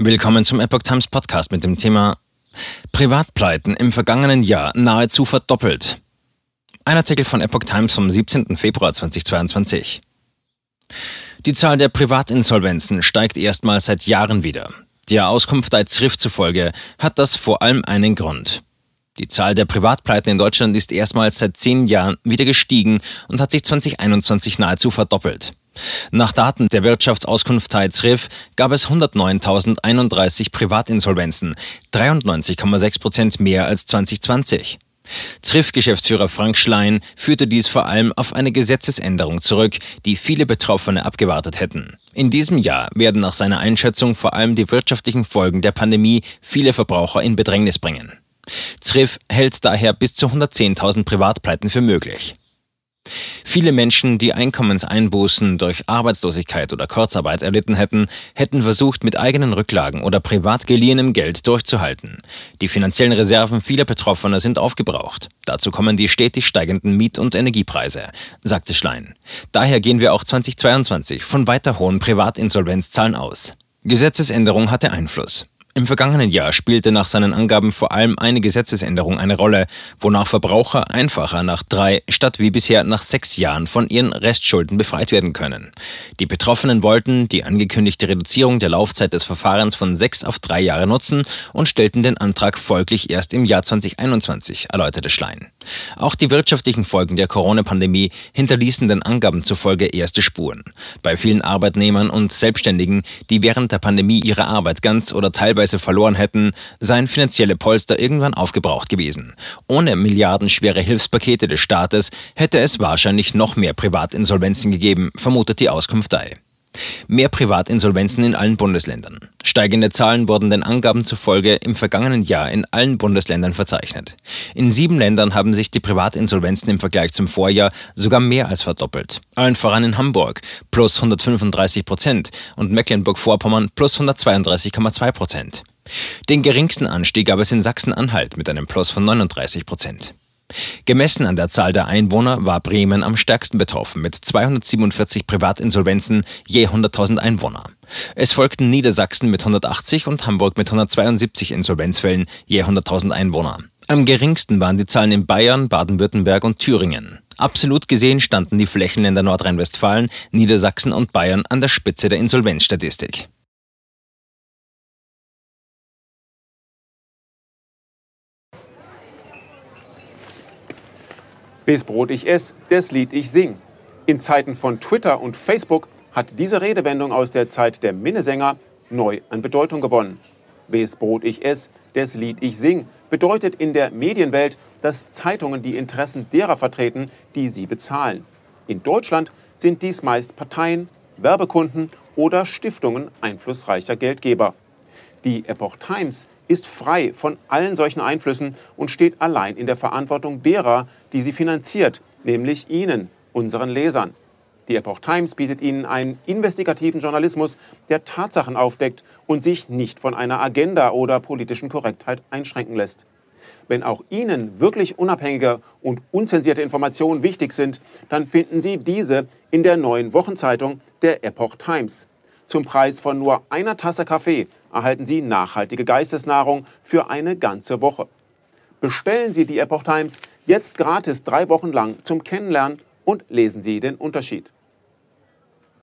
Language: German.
Willkommen zum Epoch Times Podcast mit dem Thema Privatpleiten im vergangenen Jahr nahezu verdoppelt. Ein Artikel von Epoch Times vom 17. Februar 2022. Die Zahl der Privatinsolvenzen steigt erstmals seit Jahren wieder. Der Auskunft der ZRIF zufolge hat das vor allem einen Grund. Die Zahl der Privatpleiten in Deutschland ist erstmals seit 10 Jahren wieder gestiegen und hat sich 2021 nahezu verdoppelt. Nach Daten der Wirtschaftsauskunft ZRIF gab es 109.031 Privatinsolvenzen, 93,6% mehr als 2020. ZRIF-Geschäftsführer Frank Schlein führte dies vor allem auf eine Gesetzesänderung zurück, die viele Betroffene abgewartet hätten. In diesem Jahr werden nach seiner Einschätzung vor allem die wirtschaftlichen Folgen der Pandemie viele Verbraucher in Bedrängnis bringen. ZRIF hält daher bis zu 110.000 Privatpleiten für möglich. Viele Menschen, die Einkommenseinbußen durch Arbeitslosigkeit oder Kurzarbeit erlitten hätten versucht, mit eigenen Rücklagen oder privat geliehenem Geld durchzuhalten. Die finanziellen Reserven vieler Betroffener sind aufgebraucht. Dazu kommen die stetig steigenden Miet- und Energiepreise, sagte Schlein. Daher gehen wir auch 2022 von weiter hohen Privatinsolvenzzahlen aus. Gesetzesänderung hatte Einfluss. Im vergangenen Jahr spielte nach seinen Angaben vor allem eine Gesetzesänderung eine Rolle, wonach Verbraucher einfacher nach 3 statt wie bisher nach 6 Jahren von ihren Restschulden befreit werden können. Die Betroffenen wollten die angekündigte Reduzierung der Laufzeit des Verfahrens von 6 auf 3 Jahre nutzen und stellten den Antrag folglich erst im Jahr 2021, erläuterte Schlein. Auch die wirtschaftlichen Folgen der Corona-Pandemie hinterließen den Angaben zufolge erste Spuren. Bei vielen Arbeitnehmern und Selbstständigen, die während der Pandemie ihre Arbeit ganz oder teilweise verloren hätten, seien finanzielle Polster irgendwann aufgebraucht gewesen. Ohne milliardenschwere Hilfspakete des Staates hätte es wahrscheinlich noch mehr Privatinsolvenzen gegeben, vermutet die Auskunft. Mehr Privatinsolvenzen in allen Bundesländern. Steigende Zahlen wurden den Angaben zufolge im vergangenen Jahr in allen Bundesländern verzeichnet. In 7 Ländern haben sich die Privatinsolvenzen im Vergleich zum Vorjahr sogar mehr als verdoppelt. Allen voran in Hamburg plus 135% und Mecklenburg-Vorpommern plus 132,2%. Den geringsten Anstieg gab es in Sachsen-Anhalt mit einem Plus von 39%. Gemessen an der Zahl der Einwohner war Bremen am stärksten betroffen mit 247 Privatinsolvenzen je 100.000 Einwohner. Es folgten Niedersachsen mit 180 und Hamburg mit 172 Insolvenzfällen je 100.000 Einwohner. Am geringsten waren die Zahlen in Bayern, Baden-Württemberg und Thüringen. Absolut gesehen standen die Flächenländer Nordrhein-Westfalen, Niedersachsen und Bayern an der Spitze der Insolvenzstatistik. Bis Brot ich ess, des Lied ich sing. In Zeiten von Twitter und Facebook hat diese Redewendung aus der Zeit der Minnesänger neu an Bedeutung gewonnen. Bis Brot ich ess, des Lied ich sing bedeutet in der Medienwelt, dass Zeitungen die Interessen derer vertreten, die sie bezahlen. In Deutschland sind dies meist Parteien, Werbekunden oder Stiftungen einflussreicher Geldgeber. Die Epoch Times ist frei von allen solchen Einflüssen und steht allein in der Verantwortung derer, die sie finanziert, nämlich Ihnen, unseren Lesern. Die Epoch Times bietet Ihnen einen investigativen Journalismus, der Tatsachen aufdeckt und sich nicht von einer Agenda oder politischen Korrektheit einschränken lässt. Wenn auch Ihnen wirklich unabhängige und unzensierte Informationen wichtig sind, dann finden Sie diese in der neuen Wochenzeitung der Epoch Times. Zum Preis von nur einer Tasse Kaffee erhalten Sie nachhaltige Geistesnahrung für eine ganze Woche. Bestellen Sie die Epoch Times jetzt gratis 3 Wochen lang zum Kennenlernen und lesen Sie den Unterschied.